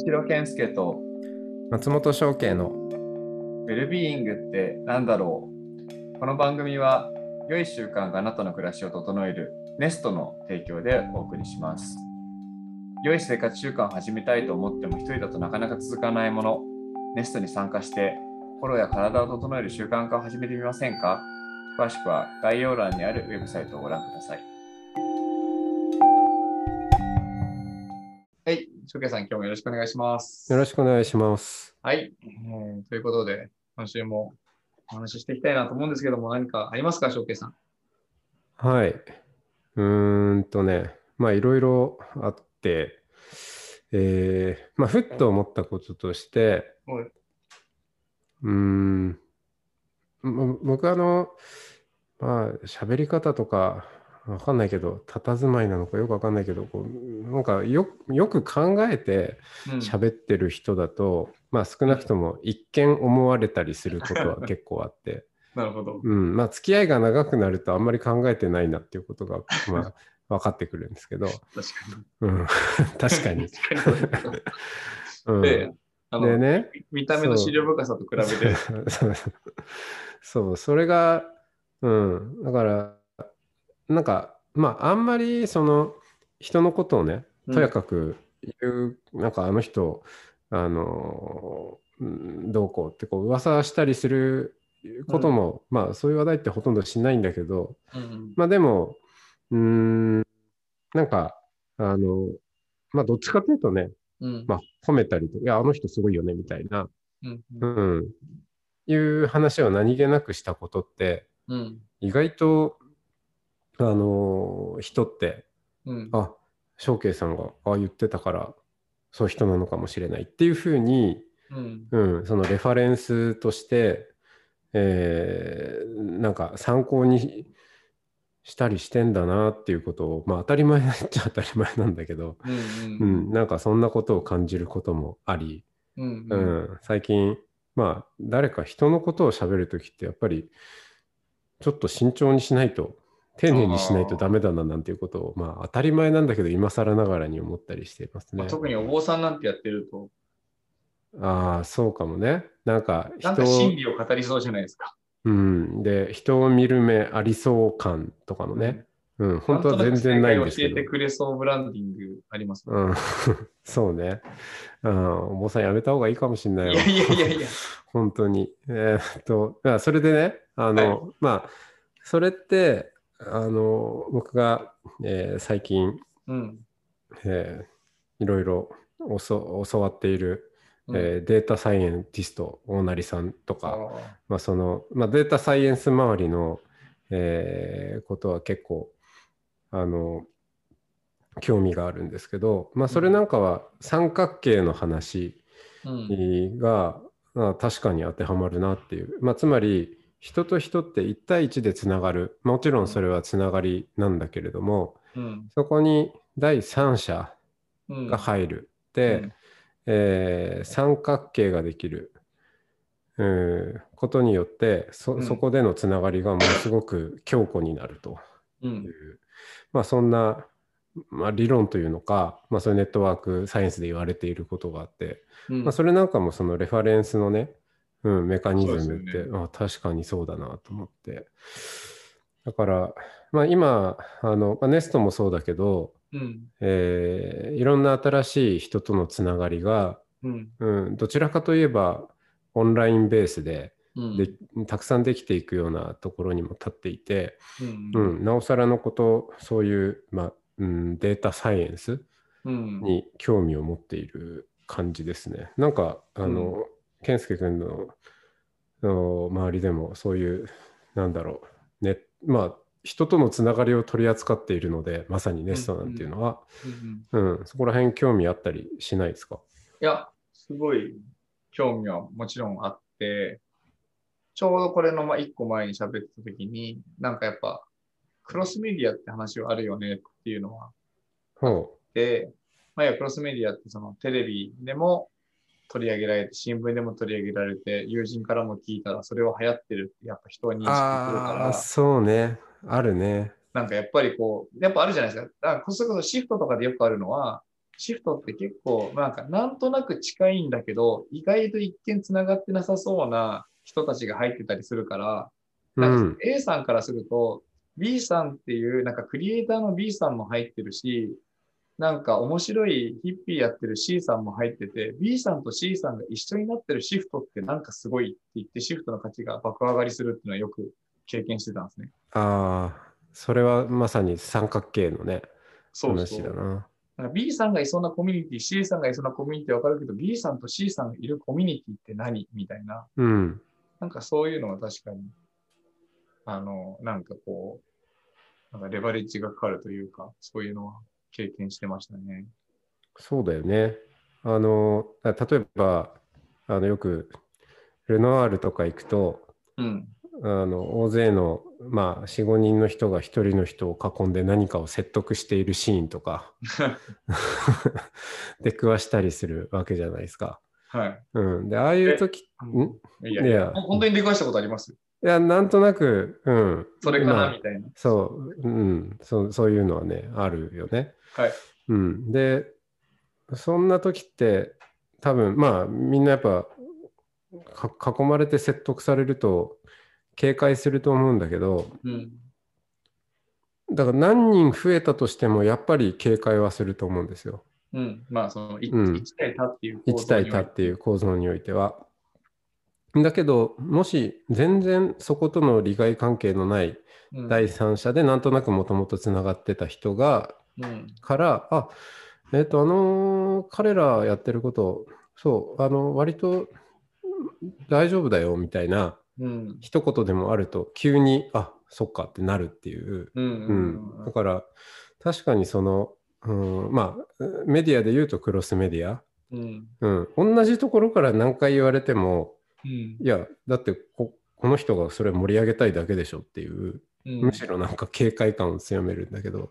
千尋健介と松本商家のウェルビーイングって何だろう。この番組は良い習慣があなたの暮らしを整えるネストの提供でお送りします。良い生活習慣を始めたいと思っても一人だとなかなか続かないもの、ネストに参加して心や体を整える習慣化を始めてみませんか。詳しくは概要欄にあるウェブサイトをご覧ください。はい、翔慶さん、今日もよろしくお願いします。 よろしくお願いします。 はい、ということで、今週もお話ししていきたいなと思うんですけども、何かありますか、翔慶さん。 はい。いろいろあって、ふっと思ったこととして、 はい。 僕喋り方とか、わかんないけど、佇まいなのかよくわかんないけど、よく考えて喋ってる人だと、少なくとも一見思われたりすることは結構あって、 なるほど。 付き合いが長くなるとあんまり考えてないなっていうことが、分かってくるんですけど、 確かに。 確かに。 で、 でね、 見た目の資料深さと比べて。 そう、それが、だから、あんまり人のことをね、とやかく言う、あの人、どうこうって噂したりすることも、そういう話題ってほとんどしないんだけど、でも、なんか、どっちかというとね、褒めたりとか、いや、あの人すごいよね、みたいな、いう話を何気なくしたことって、意外と、人って、翔慶さんがああ言ってたから、そういう人なのかもしれないっていうふうに、そのレファレンスとして、参考にしたりしてんだなっていうことを、当たり前っちゃ当たり前なんだけど、そんなことを感じることもあり、最近、誰か人のことを喋るときってやっぱりちょっと慎重にしないと、丁寧にしないとダメだななんていうことを、当たり前なんだけど今更ながらに思ったりしていますね。 特にお坊さんなんてやってると、 ああ、そうかもね。 真理を語りそうじゃないですか。 で、人を見る目ありそう感とかのね。本当は全然ないんですけど。 教えてくれそうブランディングありますね。 そうね。お坊さんやめた方がいいかもしれないよ。 いや。 本当に。それでね、それって、僕が、最近、いろいろ教わっている、データサイエンティスト大成さんとか、データサイエンス周りの、ことは結構興味があるんですけど、それなんかは三角形の話が、確かに当てはまるなっていう、つまり人と人って1対1でつながる、もちろんそれはつながりなんだけれども、そこに第三者が入るで、三角形ができることによってそこでのつながりがものすごく強固になるという、そんな、理論というのか、そういうネットワークサイエンスで言われていることがあって、それなんかもそのレファレンスのね、メカニズムって、確かにそうだなと思って。だから、今ネストもそうだけど、いろんな新しい人とのつながりが、どちらかといえばオンラインベースで、たくさんできていくようなところにも立っていて、なおさらのことそういう、データサイエンスに興味を持っている感じですね。健介君の周りでもそういう人とのつながりを取り扱っているので、まさにネストなんていうのは、そこら辺興味あったりしないですか？ いや、すごい興味はもちろんあって、ちょうどこれの一個前に喋った時に、やっぱクロスメディアって話はあるよねっていうのはあって、クロスメディアってそのテレビでも取り上げられて、新聞でも取り上げられて、友人からも聞いたらそれは流行ってるってやっぱ人は認識するから。 そうね。あるね。 やっぱりやっぱあるじゃないですか。だからそれこそシフトとかでよくあるのは、 シフトって結構、なんとなく近いんだけど、意外と一見つながってなさそうな人たちが入ってたりするから、なんかうん。 A さんからすると、B さんっていう、なんかクリエイターの B さんも入ってるし、なんか面白いヒッピーやってる C さんも入ってて、B さんと C さんが一緒になってるシフトってなんかすごいって言って、シフトの価値が爆上がりするっていうのはよく経験してたんですね。 ああ、それはまさに三角形のね、 そうそう。 話だな。 なんか B さんがいそうなコミュニティ、C さんがいそうなコミュニティわかるけど、B さんと C さんがいるコミュニティって何みたいな。 うん。 なんかそういうのは確かに、なんかこう、なんかレバレッジがかかるというか、そういうのは経験してましたね。 そうだよね。例えば、よくルノワールとか行くと、 うん。 大勢の、まあ、4、5人の人が1人の人を囲んで何かを説得しているシーンとか出くわしたりするわけじゃないですか。 はい。 うん。で、ああいう時、 いやいや、本当に出くわしたことあります？ いや、なんとなく、うん。 それかなまあ、 みたいな。 そういうのはね、あるよね。 はい。 うん。で、そんな時って、多分、まあ、みんなやっぱ、囲まれて説得されると、警戒すると思うんだけど、 うん。 だから何人増えたとしても、やっぱり警戒はすると思うんですよ。 うん。まあ、そのうん。 1対多っていう構 1 造対多っていにおいて。 う構造においては。だけど、もし全然そことの利害関係のないうん。 第三者でなんとなくもともとつながってた人が、 うん。 から、彼らやってること、そう、割と大丈夫だよみたいなうん。 一言でもあると、急に、あ、そっかってなるっていう。 うん。 うん。 うん。うん。 だから、確かにまあ、メディアで言うとクロスメディア。 うん。 うん。同じところから何回言われても、 うん。 いや、だってこの人がそれ盛り上げたいだけでしょっていう、むしろなんか警戒感を強めるんだけど、 うん。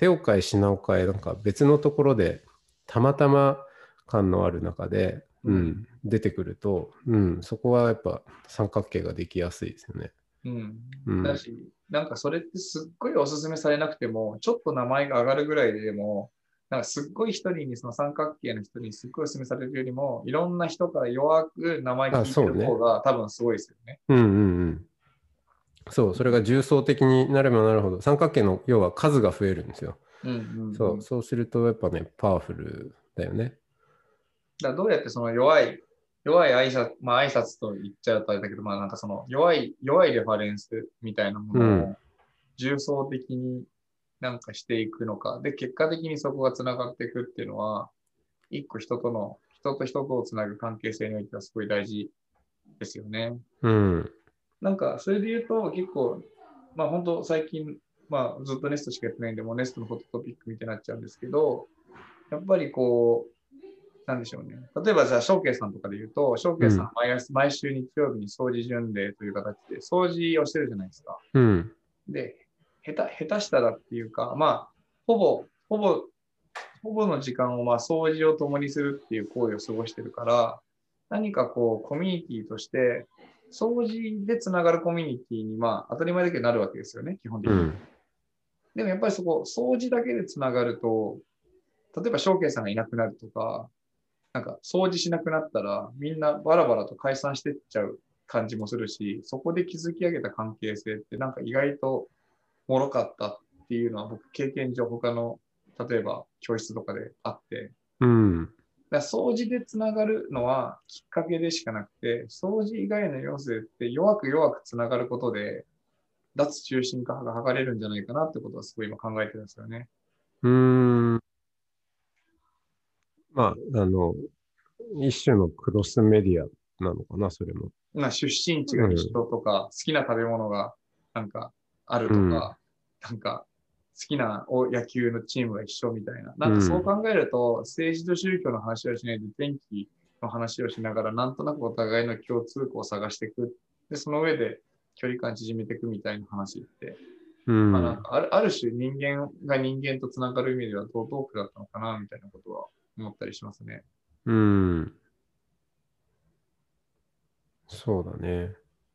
手を変え品を変え、なんか別のところでたまたま感のある中で、 うん。 出てくると、そこはやっぱ三角形ができやすいですよね。 うん。 うん。 だし、なんかそれってすっごいおすすめされなくても、ちょっと名前が上がるぐらいでも、なんかすっごい一人にその三角形の人にすっごいおすすめされるよりも、いろんな人から弱く名前あ、 聞いてる方そうね。 が多分すごいですよね。 うんうんうん。そう、それが重層的になればなるほど、三角形の要は数が増えるんですよ。 うんうんうん。 そうするとやっぱね、パワフルだよね。 だからどうやってその弱い挨拶、まあ挨拶と言っちゃうとあれだけど、まあなんかその弱いレファレンスみたいなもうん。 のを重層的になんかしていくのか。で、結果的にそこが繋がっていくっていうのは、一個人と人とをつなぐ関係性においてはすごい大事ですよね。 うん。 なんか、それで言うと結構、まあ本当最近、まあずっとネストしかやってないんで、もうネストのホットトピックみたいになっちゃうんですけど、やっぱりこう、なんでしょうね。例えばじゃあ、翔慶さんとかで言うと、翔慶さんうん。 毎週日曜日に掃除巡礼という形で掃除をしてるじゃないですか。 うん。 で、下手したらっていうか、まあ、ほぼの時間をまあ掃除を共にするっていう行為を過ごしてるから、何かこう、コミュニティとして、掃除でつながるコミュニティにまあ当たり前だけどなるわけですよね、基本的に。 うん。 でもやっぱりそこ、掃除だけでつながると、例えば翔慶さんがいなくなるとか、なんか掃除しなくなったら、みんなバラバラと解散してっちゃう感じもするし、そこで築き上げた関係性ってなんか意外と脆かったっていうのは僕経験上他の、例えば教室とかであって、 うん。 だから掃除でつながるのはきっかけでしかなくて、掃除以外の要素って弱くつながることで、脱中心化が図れるんじゃないかなってことはすごい今考えてるんですよね。 うーん。まあ、一種のクロスメディアなのかな、それも。 まあ、出身地が一うん。 緒とか、好きな食べ物がなんかあるうん。 とか、なんか好きな野球のチームが一緒みたいな。なんかそううん。 考えると、政治と宗教の話をしないで天気の話をしながら、なんとなくお互いの共通項を探していく。で、その上で距離感縮めていくみたいな話って、 うまあ、なんん。 かある種人間が人間とつながる意味では同等区だったのかな、みたいなことは思ったりしますね。 うん。そうだね。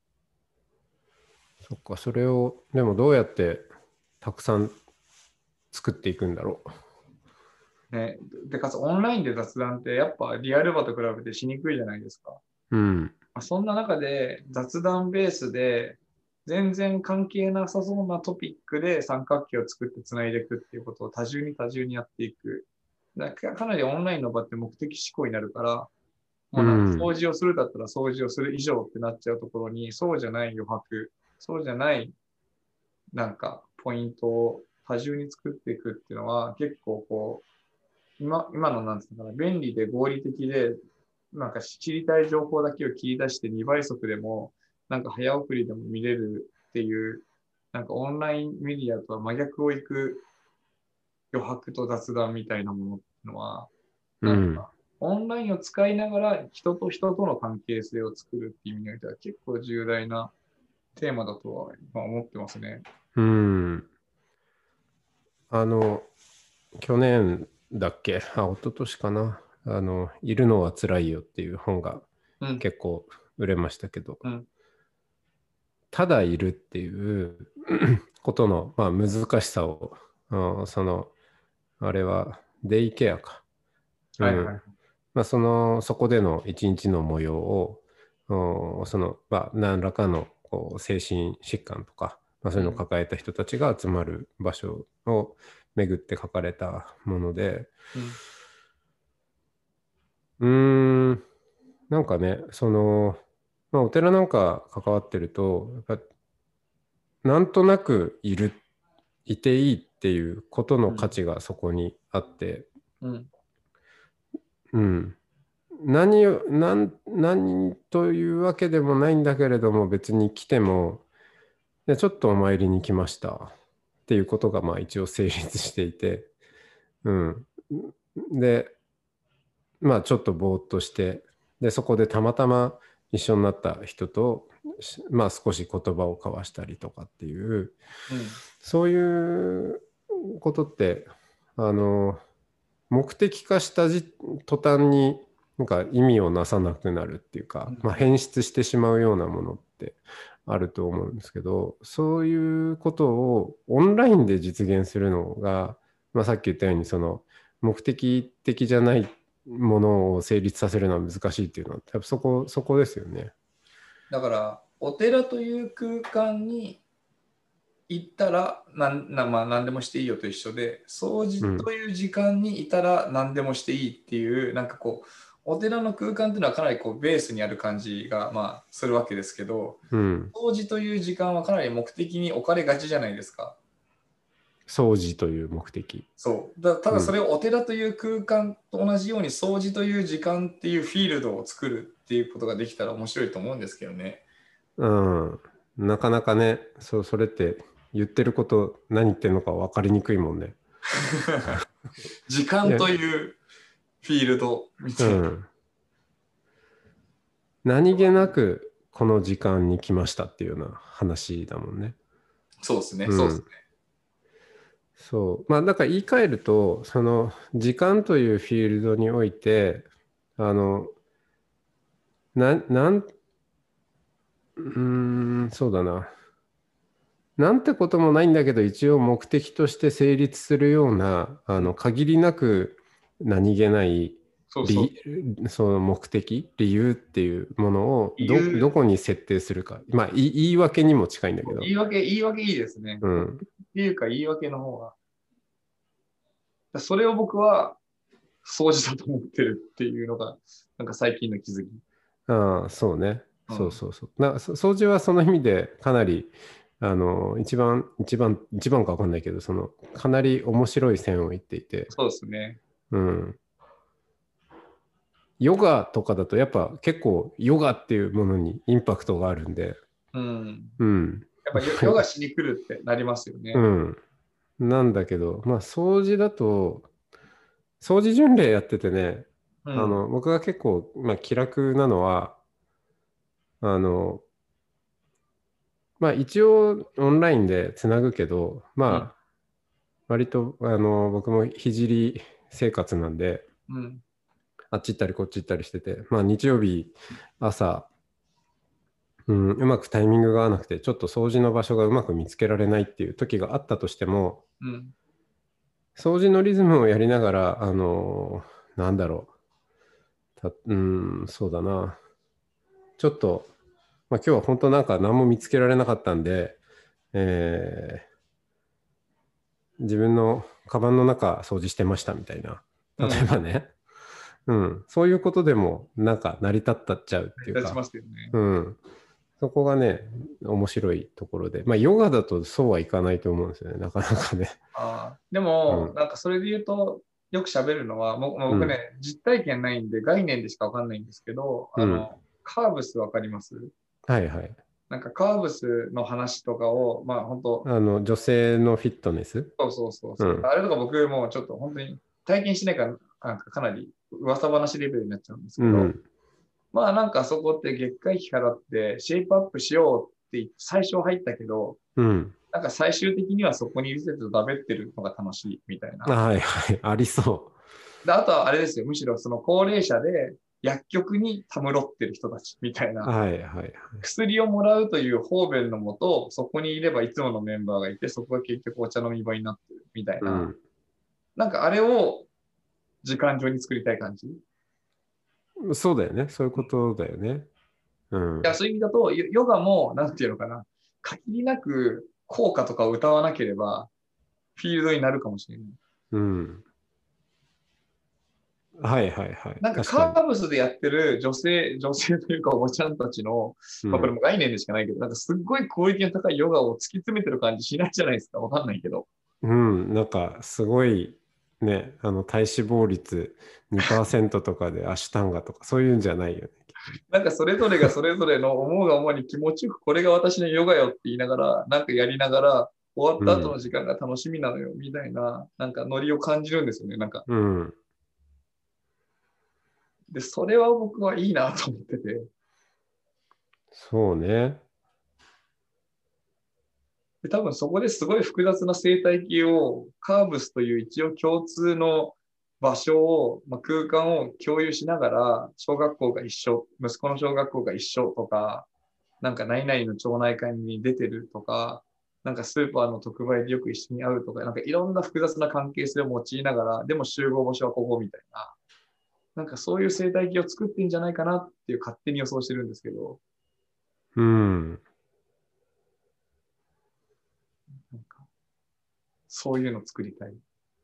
そっか、それを、でもどうやってたくさん作っていくんだろね、でかつオンラインで雑談ってやっぱリアル場と比べてしにくいじゃないですか。 うん。 そんな中で雑談ベースで全然関係なさそうなトピックで三角形を作ってつないでいくっていうことを多重に多重にやっていく。かなりオンラインの場って目的思考になるから、もうなんか掃除をするだったら掃除をする以上ってなっちゃうところに、そうじゃない余白、そうじゃないなんかポイントを多重に作っていくっていうのは結構こう、今のなんつうのかな、便利で合理的で、なんか知りたい情報だけを切り出して2倍速でも、なんか早送りでも見れるっていう、なんかオンラインメディアとは真逆をいく余白と雑談みたいなものっていうのは、なんかオンラインを使いながら人と人との関係性を作るっていう意味においては結構重大なテーマだとは今思ってますね。 去年だっけ、一昨年かな。いるのは辛いよっていう本が結構売れましたけど、ただいるっていうことの、まあ、難しさを、あれはデイケアか。まあ、そこでの一日の模様を、まあ、何らかのこう精神疾患とか、まあ、そういうのを抱えた人たちが集まる場所を巡って書かれたもので、なんかね、まあ、お寺なんか関わってると、やっぱなんとなくいていいっていうことの価値がそこにあって、何というわけでもないんだけれども、別に来ても、ちょっとお参りに来ましたっていうことがまあ一応成立していて、で、まあちょっとぼーっとして、で、そこでたまたま一緒になった人と、まあ少し言葉を交わしたりとかっていう、そういうことって、目的化した途端になんか意味をなさなくなるっていうか、まあ、変質してしまうようなものってあると思うんですけど、そういうことをオンラインで実現するのが、まあ、さっき言ったように目的的じゃないものを成立させるのは難しいっていうのは多分そこですよね。 だからお寺という空間に行ったらまあ、何でもしていいよと一緒で、掃除という時間にいたら何でもしていいっていう、なんかこうお寺の空間っていうのはかなりこうベースにある感じがまあするわけですけど、掃除という時間はかなり目的に置かれがちじゃないですか。 掃除という目的。 ただそれをお寺という空間と同じように掃除という時間っていうフィールドを作るっていうことができたら面白いと思うんですけどね。 なかなかね、それって言ってること何言ってるのか分かりにくいもんね。 時間というフィールドみたいな。 何気なくこの時間に来ましたっていうような話だもんね。 そうですね、そうですね。 そう。まあ、だから言い換えると、時間というフィールドにおいて、そうだな。なんてこともないんだけど、一応目的として成立するような、限りなく何気ないその目的、理由っていうものをどこに設定するか。まあ、言い訳にも近いんだけど。 言い訳いいですね。っていうか言い訳の方が。それを僕は掃除だと思ってるっていうのが、なんか最近の気づき。 ああ、そうね。そう。掃除はその意味でかなり、一番かわかんないけど、かなり面白い線を言っていて。 そうですね。 ヨガとかだとやっぱ結構ヨガっていうものにインパクトがあるんで。 やっぱヨガしに来るってなりますよね。 なんだけど、まあ掃除だと、掃除巡礼やっててね、僕が結構、まあ、気楽なのは、まあ一応オンラインでつなぐけど、まあ、割と僕もり生活なんで、あっち行ったりこっち行ったりしてて、まあ日曜日朝、うまくタイミングが合わなくて、ちょっと掃除の場所がうまく見つけられないっていう時があったとしても、 掃除のリズムをやりながら、なんだろそうだな。ちょっと、まあ、今日は本当なんか何も見つけられなかったんで、自分のカバンの中掃除してましたみたいな。例えばね、そういうことでもなんか成り立ったっちゃうっていう立ちか、 ますよね。 そこがね、面白いところで、まあ、ヨガだとそうはいかないと思うんですよね、なかなかね。 でも、なんかそれで言うと、よく喋るのは、僕ね、実体験ないんで概念でしかわかんないんですけど、カーブスわかります？ はいはい。 なんかカーブスの話とかを、まあ本当、 女性のフィットネス。 そう。あれとか僕もちょっと本当に体験しないから、なんかかなり噂話レベルになっちゃうんですけど、まあなんかそこって月会費払ってシェイプアップしようって最初入ったけど、なんか最終的にはそこにいる人と食べってるのが楽しいみたいな。 はいはい、ありそで、あとはあれですよ、むしろその高齢者で薬局にたむろってる人たちみたいな。 はいはいはい。 薬をもらうという方便のもと、そこにいればいつものメンバーがいて、そこが結局お茶飲み場になってるみたいな。なんかあれを時間上に作りたい感じ。 そうだよね。そういうことだよね。 いや、そういう意味だと、ヨガも、なんていうのかな、限りなく効果とかを歌わなければ、フィールドになるかもしれない。 はいはいはい。 なんかカーブスでやってる女性というかおばちゃんたちの、まあこれも概念でしかないけど、なんかすっごいクオリティの高いヨガを突き詰めてる感じしないじゃないですか。わかんないけど。 なんかすごいね、体脂肪率2%とかでアシュタンガとかそういうんじゃないよね。 なんかそれぞれがそれぞれの思うが思うに気持ちよくこれが私のヨガよって言いながら、なんかやりながら、終わった後の時間が楽しみなのよ、みたいな、なんかノリを感じるんですよね。なんか。で、それは僕はいいなと思ってて。 そうね。 で、多分そこですごい複雑な生態系を、カーブスという一応共通の場所を、空間を共有しながら、小学校が一緒、息子の小学校が一緒とか、なんか何々の町内会に出てるとか、なんかスーパーの特売でよく一緒に会うとか、なんかいろんな複雑な関係性を用いながら、でも集合場所はここみたいな、なんかそういう生態系を作ってんじゃないかなっていう勝手に予想してるんですけど、なんかそういうのを作りたい。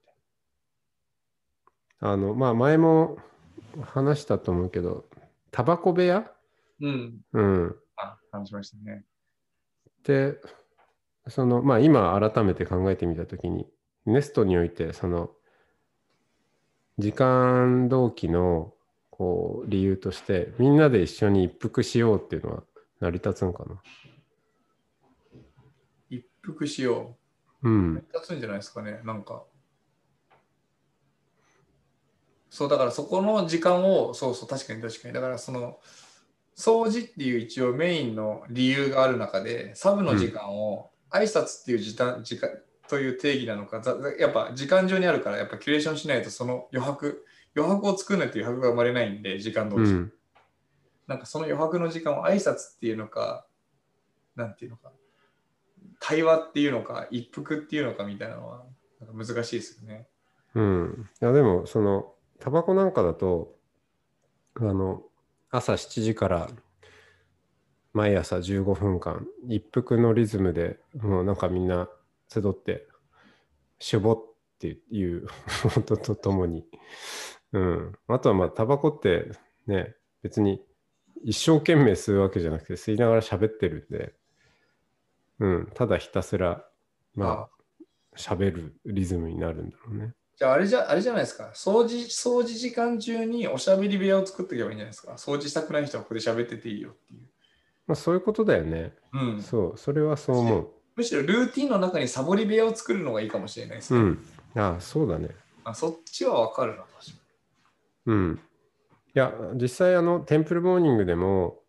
まあ前も話したと思うけど、タバコ部屋話しましたね。 で、まあ今改めて考えてみたときに、ネストにおいて、時間同期のこう理由として、みんなで一緒に一服しようっていうのは成り立つんかな。 一服しよう。成り立つんじゃないですかね、なんか。そう、だからそこの時間を、そう、確かに。だから掃除っていう一応メインの理由がある中で、サブの時間を挨拶っていう時間という定義なのか、やっぱ時間上にあるから、やっぱキュレーションしないとその余白を作らないと余白が生まれないんで、時間同士。なんかその余白の時間を挨拶っていうのか、なんていうのか、対話っていうのか、一服っていうのかみたいなのは、なんか難しいですよね。 いやでも、タバコなんかだと、朝7時から毎朝15分間、一服のリズムでもうなんかみんな集って、しょぼっていう音とともに、あとはまあ、タバコってね、別に一生懸命吸うわけじゃなくて、吸いながら喋ってるんで、ただひたすら、まあ、喋るリズムになるんだろうね。 じゃああれじゃないですか。掃除時間中におしゃべり部屋を作っていけばいいんじゃないですか。掃除したくない人はここで喋ってていいよっていう。 まあ、そういうことだよね。そう、それはそう思う。 むしろルーティンの中にサボり部屋を作るのがいいかもしれないですね。 ああ、そうだね。 そっちはわかるな、確かに。いや、実際テンプルモーニングでも、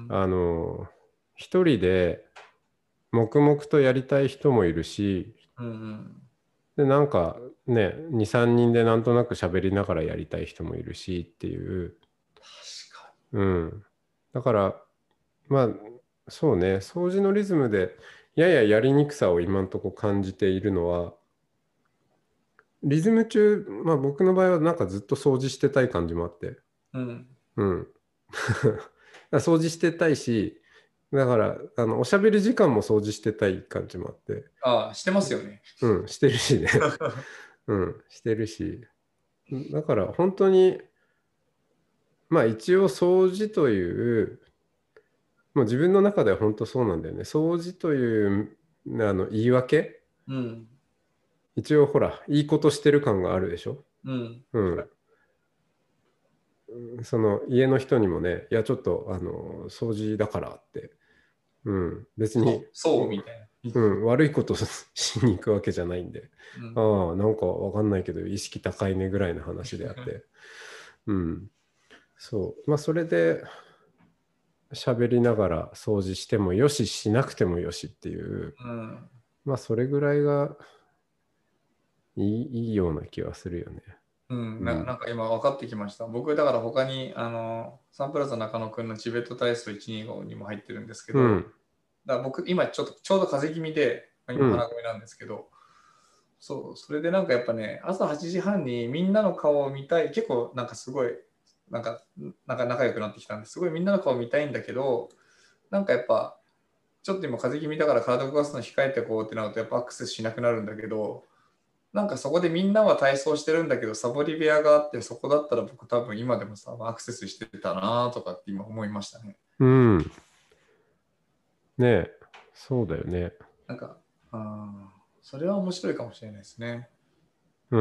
一人で黙々とやりたい人もいるし、で、なんかね、2、3人でなんとなく喋りながらやりたい人もいるしっていう。 確かだから、まあ、そうね、掃除のリズムで、やややりにくさを今んとこ感じているのは、 リズム中、まあ僕の場合はなんかずっと掃除してたい感じもあって、 うん。 うん。掃除してたいし、だからおしゃべり時間も掃除してたい感じもあって、 ああ、してますよね。 うん、してるしね。うん、してるし。だから本当に、まあ一応掃除という、もう自分の中では本当そうなんだよね。掃除という言い訳、 うん。 一応ほら、いいことしてる感があるでしょ。 うん。 うん。その家の人にもね、いや、ちょっと掃除だからって、うん、別に、 そうみたいな。 うん、悪いことしに行くわけじゃないんで、 うん。 ああ、なんかわかんないけど、意識高いねぐらいの話であって、うん、そう。まあ、それで喋りながら掃除してもよし、しなくてもよしっていう、 うん。 まあ、それぐらいがいいような気はするよね。 うん、 うん。 なんか今分かってきました。僕、だから他に、サンプラザ中野くんのチベット体操125にも入ってるんですけど、 うん。 だから僕、今ちょうど風邪気味で、今鼻うん。 声なんですけど、そう、それでなんかやっぱね、朝8時半にみんなの顔を見たい、結構なんかすごい、なんか、なんか仲良くなってきたんですごいみんなの顔を見たいんだけど、なんかやっぱ、ちょっと今風邪気味だから体を動かすの控えてこうってなるとやっぱアクセスしなくなるんだけど、なんかそこでみんなは体操してるんだけど、サボり部屋があって、そこだったら僕多分今でもさ、アクセスしてたなとかって今思いましたね。 うん。ねえ、そうだよね。 なんか、それは面白いかもしれないですね。 うん。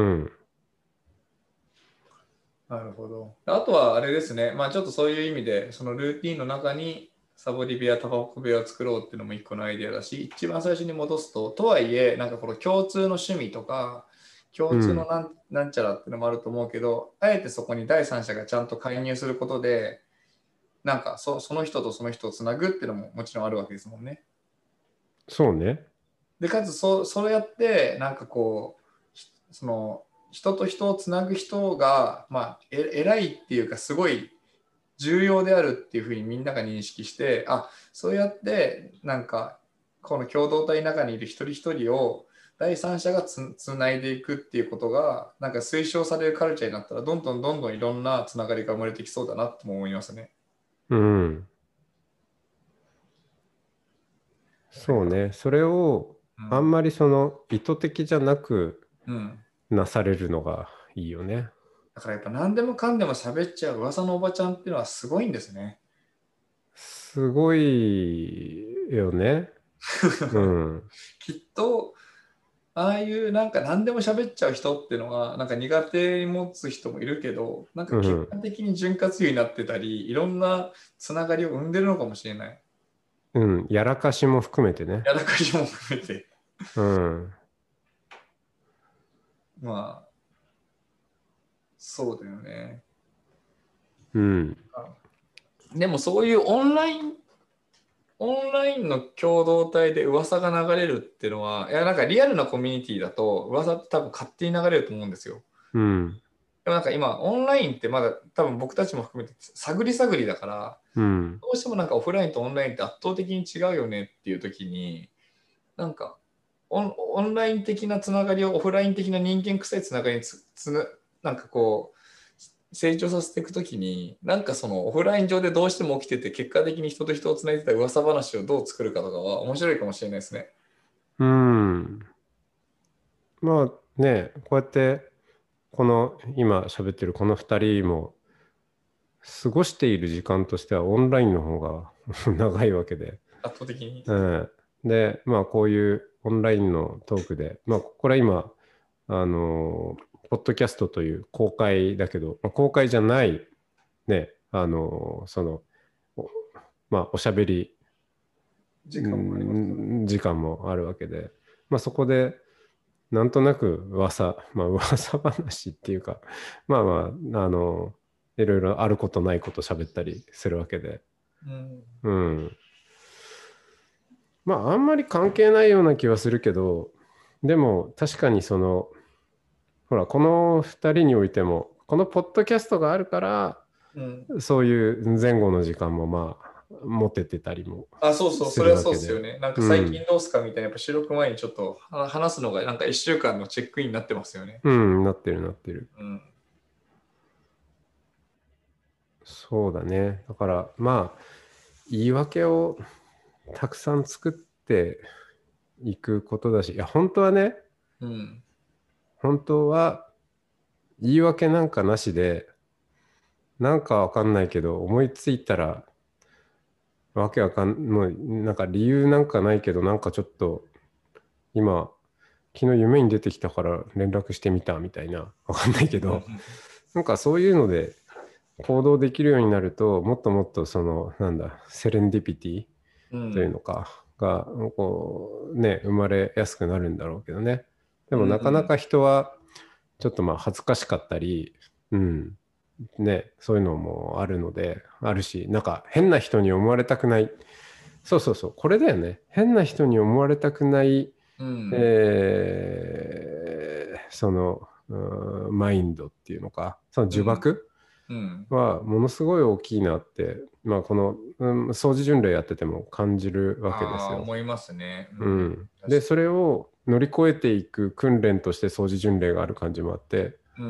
なるほど。あとはあれですね、まあちょっとそういう意味で、そのルーティンの中にサボり部屋、タバコ部屋を作ろうっていうのも一個のアイデアだし、一番最初に戻すと、とはいえ、なんかこの共通の趣味とか、共通のうん。 なんちゃらっていうのもあると思うけど、あえてそこに第三者がちゃんと介入することで、なんかその人とその人をつなぐっていうのももちろんあるわけですもんね。 そうね。 で、かつそうやって、なんかこう、その人と人をつなぐ人が、まあ、偉いっていうか、すごい重要であるっていうふうにみんなが認識して、あ、そうやってなんかこの共同体の中にいる一人一人を第三者がつないでいくっていうことがなんか推奨されるカルチャーになったらどんどんいろんなつながりが生まれてきそうだなとも思いますね。 うん。 だから、 そうね。それをうん、 あんまりその意図的じゃなくうん。 なされるのがいいよね。 だからやっぱ何でもかんでも喋っちゃう噂のおばちゃんっていうのはすごいんですね。 すごいよね。うん。 きっとああいうなんか何でも喋っちゃう人っていうのはなんか苦手に持つ人もいるけど、なんかうん。 結果的に潤滑油になってたり、いろんなつながりを生んでるのかもしれない。 うん。やらかしも含めてね。 やらかしも含めて。 うん。 まあ、そうだよね。 うん。 でもそういうオンラインの共同体で噂が流れるっていうのは、いやなんかリアルなコミュニティだと噂って多分勝手に流れると思うんですよ。 うん。 でもなんか今、オンラインってまだ多分僕たちも含めて探り探りだから、 うん。 どうしてもなんかオフラインとオンラインって圧倒的に違うよねっていう時に、なんかオンライン的なつながりをオフライン的な人間臭いつながりになんかこう、成長させていくときに、なんかそのオフライン上でどうしても起きてて、結果的に人と人をつないでた噂話をどう作るかとかは面白いかもしれないですね。 うん。まあね、こうやってこの今喋ってるこの2人も過ごしている時間としてはオンラインの方が長いわけで、 圧倒的に。 うん、でまあこういうオンラインのトークで、まあこれは今ポッドキャストという公開だけど、まあ、公開じゃないね、おまあおしゃべり時間もありますよね。 時間もあるわけで、まあそこでなんとなくまあ噂話っていうか、まあまあ、いろいろあることないこと喋ったりするわけで、 うん。 うん。まあ、あんまり関係ないような気はするけど、でも確かにほら、この2人においても、このポッドキャストがあるから、 うん。 そういう前後の時間もまモテてたりもあ、そうそう、 すそれはそうるわけで。 ですよね。なんか最近どうすかみたいな、やっぱ収録前にちょっと話すのがなんか1週間のチェックインになってますよね。 うん、なってるなってる。 うん。 そうだね。だからまあ、言い訳をたくさん作っていくことだし、いや、本当はね、 うん。 本当は言い訳なんかなしで、なんかわかんないけど、思いついたら、わけわかん、もうなんか理由なんかないけど、なんかちょっと今、昨日夢に出てきたから連絡してみたみたいな、わかんないけど、なんかそういうので行動できるようになると、もっともっとその、なんだ、セレンディピティといううん。 のか、が、こう、ね、生まれやすくなるんだろうけどね。でうん。 もなかなうん。 か人は、ちょっとまあ恥ずかしかったり、うん、ね、そういうのもあるので、あるし、なんか変な人に思われたくない。そうそうそう、これだよね。変な人に思われたくない、 うん。 その、マインドっていうのか、そのうん。 呪縛うん。 はものすごい大きいなって、まあこの、掃除巡礼やってても感じるわけですああ、 よ。 思いますね。うん。 うん。で、 確かそれを乗り越えていく訓練として掃除巡礼がある感じもあって、 に。うん。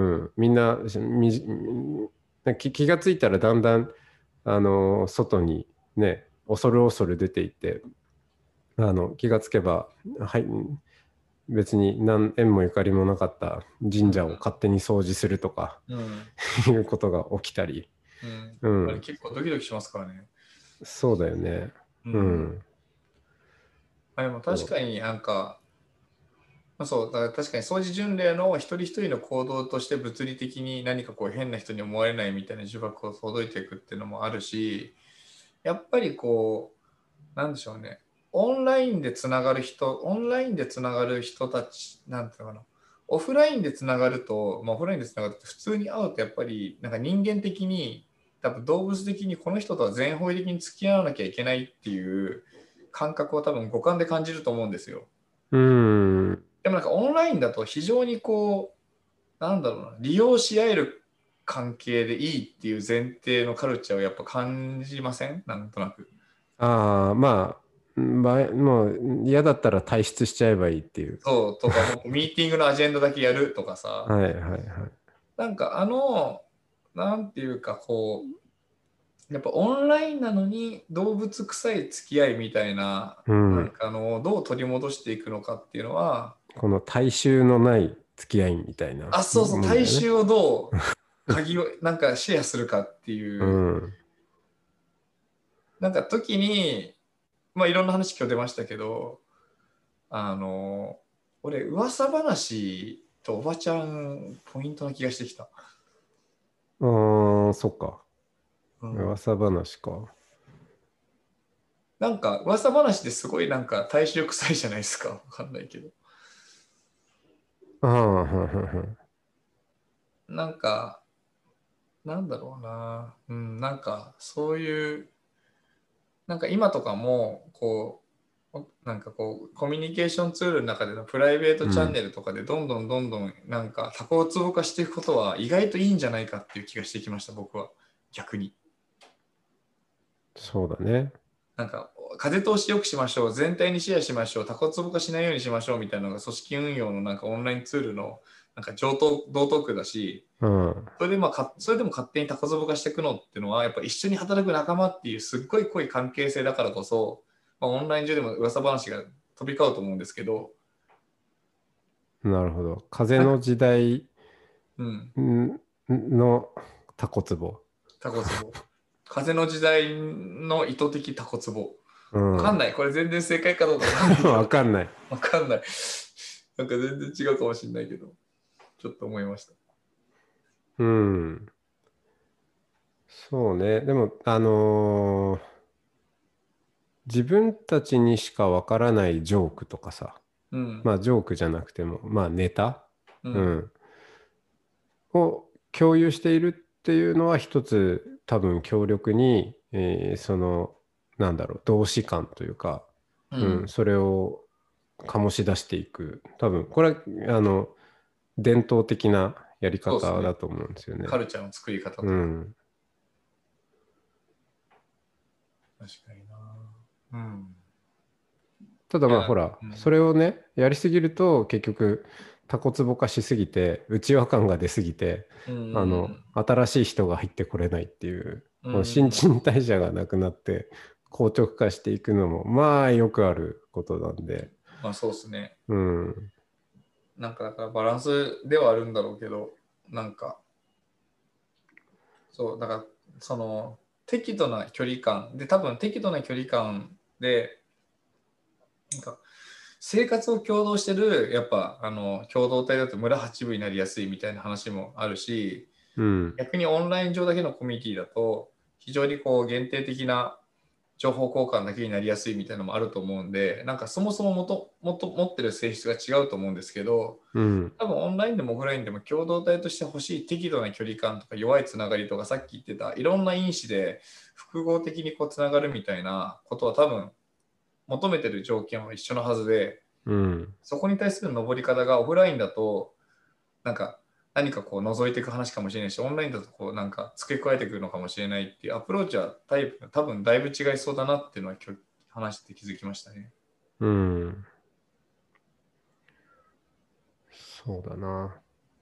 うん、みんな気がついたらだんだん、外にね、恐る恐る出ていって、気がつけば、はい、別に何縁もゆかりもなかった神社を勝手に掃除するとかうん。 いうことが起きたり、 うん。あれうん、 結構ドキドキしますからね。 そうだよね。 うん。 うん。 あ、でも確そかになんか、まあ、そう、だから確かに掃除巡礼の一人一人の行動として物理的に何かこう変な人に思われないみたいな呪縛を届いていくっていうのもあるし、やっぱりこう、なんでしょうね、オンラインでつながる人たち、なんていうのかな、オフラインでつながると、まあ、オフラインでつながると普通に会うとやっぱりなんか人間的に、多分動物的にこの人とは全方位的に付き合わなきゃいけないっていう感覚を多分五感で感じると思うんですよ。 う。うん。 でもなんかオンラインだと非常にこう、なんだろうな、利用し合える関係でいいっていう前提のカルチャーをやっぱ感じませんなんとなく。 ああ、まあ、もう嫌だったら退出しちゃえばいいっていう。 そう、とか、もうミーティングのアジェンダだけやるとかさ、 はいはいはい。 なんかなんていうかこう、やっぱオンラインなのに動物臭い付き合いみたいな、 うん。 なんかどう取り戻していくのかっていうのは、 この大衆のない付き合いみたいなそうそう、 もんだよね。 大衆をどう鍵をなんかシェアするかってういう、 ん。 なんか時に、まあいろんな話今日出ましたけど、あの、俺、噂話とおばちゃん、ポイントな気がしてきた。 ああ、そっか。 うん。 噂話か。 なんか、噂話ですごいなんか大衆臭いじゃないですか。わかんないけど。 ああ、はんはんはん。 なんか、なんだろうな。うん、なんか、そういう、なんか今とかも、こう、なんかこう、コミュニケーションツールの中でのプライベートチャンうん。 ネルとかでどんどんどんどんなんかタコツボ化していくことは意外といいんじゃないかっていう気がしてきました、僕は。逆に。 そうだね。 なんか、風通し良くしましょう、全体にシェアしましょう、タコツボ化しないようにしましょうみたいなのが組織運用のなんかオンラインツールのなんか道徳だし、 うん。 それでも勝手にタコツボ化していくのっていうのは、やっぱ一緒に働く仲間っていうすっごい濃い関係性だからこそ、まあ、オンライン上でも噂話が飛び交うと思うんですけど、 なるほど。風なんか、 の時代うん、 のタコツボ。 タコツボ。風の時代の意図的タコツボ。 うん。 わかんない。これ全然正解かどうかわかんないけど、 わかんない。 わかんない。なんか全然違うかもしれないけど。ちょっと思いました。 うん。そうね。でも、自分たちにしかわからないジョークとかさ、 うん。 まあジョークじゃなくても、まあネタ、 うん。 うん、を共有しているっていうのは一つ多分強力に、その、なんだろう、同志感というか、うん、 うん。 それを醸し出していく。多分、これは、伝統的なやりそうですね。 方だと思うんですよね。 カルチャーの作り方というか。 うん。 確かにな。うん。 ただほら、それをね、やりすぎると結局、タコツボ化しすぎて、内輪感が出すぎて、新しい人が入ってこれないっていう、新陳代謝がなくなって、硬直化していくのも、まあよくあることなんで。 まあそうですね。 うん。 なんかだからバランスではあるんだろうけど、なんか、そう、だからその適度な距離感で、多分適度な距離感で、なんか生活を共同してる、やっぱ共同体だと村八分になりやすいみたいな話もあるし、逆にオンライン上だけのコミュニティだと、非常にこう限定的な情報交換だけになりやすいみたいなのもあると思うんで、なんかそもそももと持ってる性質が違うと思うんですけど、多分オンラインでもオフラインでも共同体として欲しい適度な距離感とか弱いつながりとか、さっき言ってたいろんな因子で複合的にこうつながるみたいなことは多分求めてる条件は一緒のはずで、そこに対する登り方がオフラインだとなんか何かこう覗いていく話かもしれないし、オンラインだとこうなんか付け加えてくるのかもしれないっていうアプローチはタイプが多分だいぶ違いそうだなっていうのは今日話して気づきましたね。 そうだな。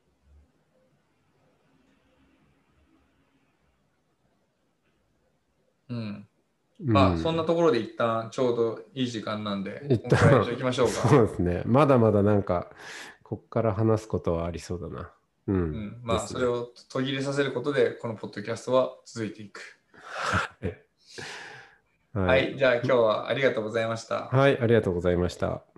まあそんなところで一旦ちょうどいい時間なんで、 一旦このくらいにしておきましょうか。 そうですね。まだまだなんかこっから話すことはありそうだな。 まあそれを途切れさせることでこのポッドキャストは続いていく。はい、じゃあ今日はありがとうございました。 はい、ありがとうございました。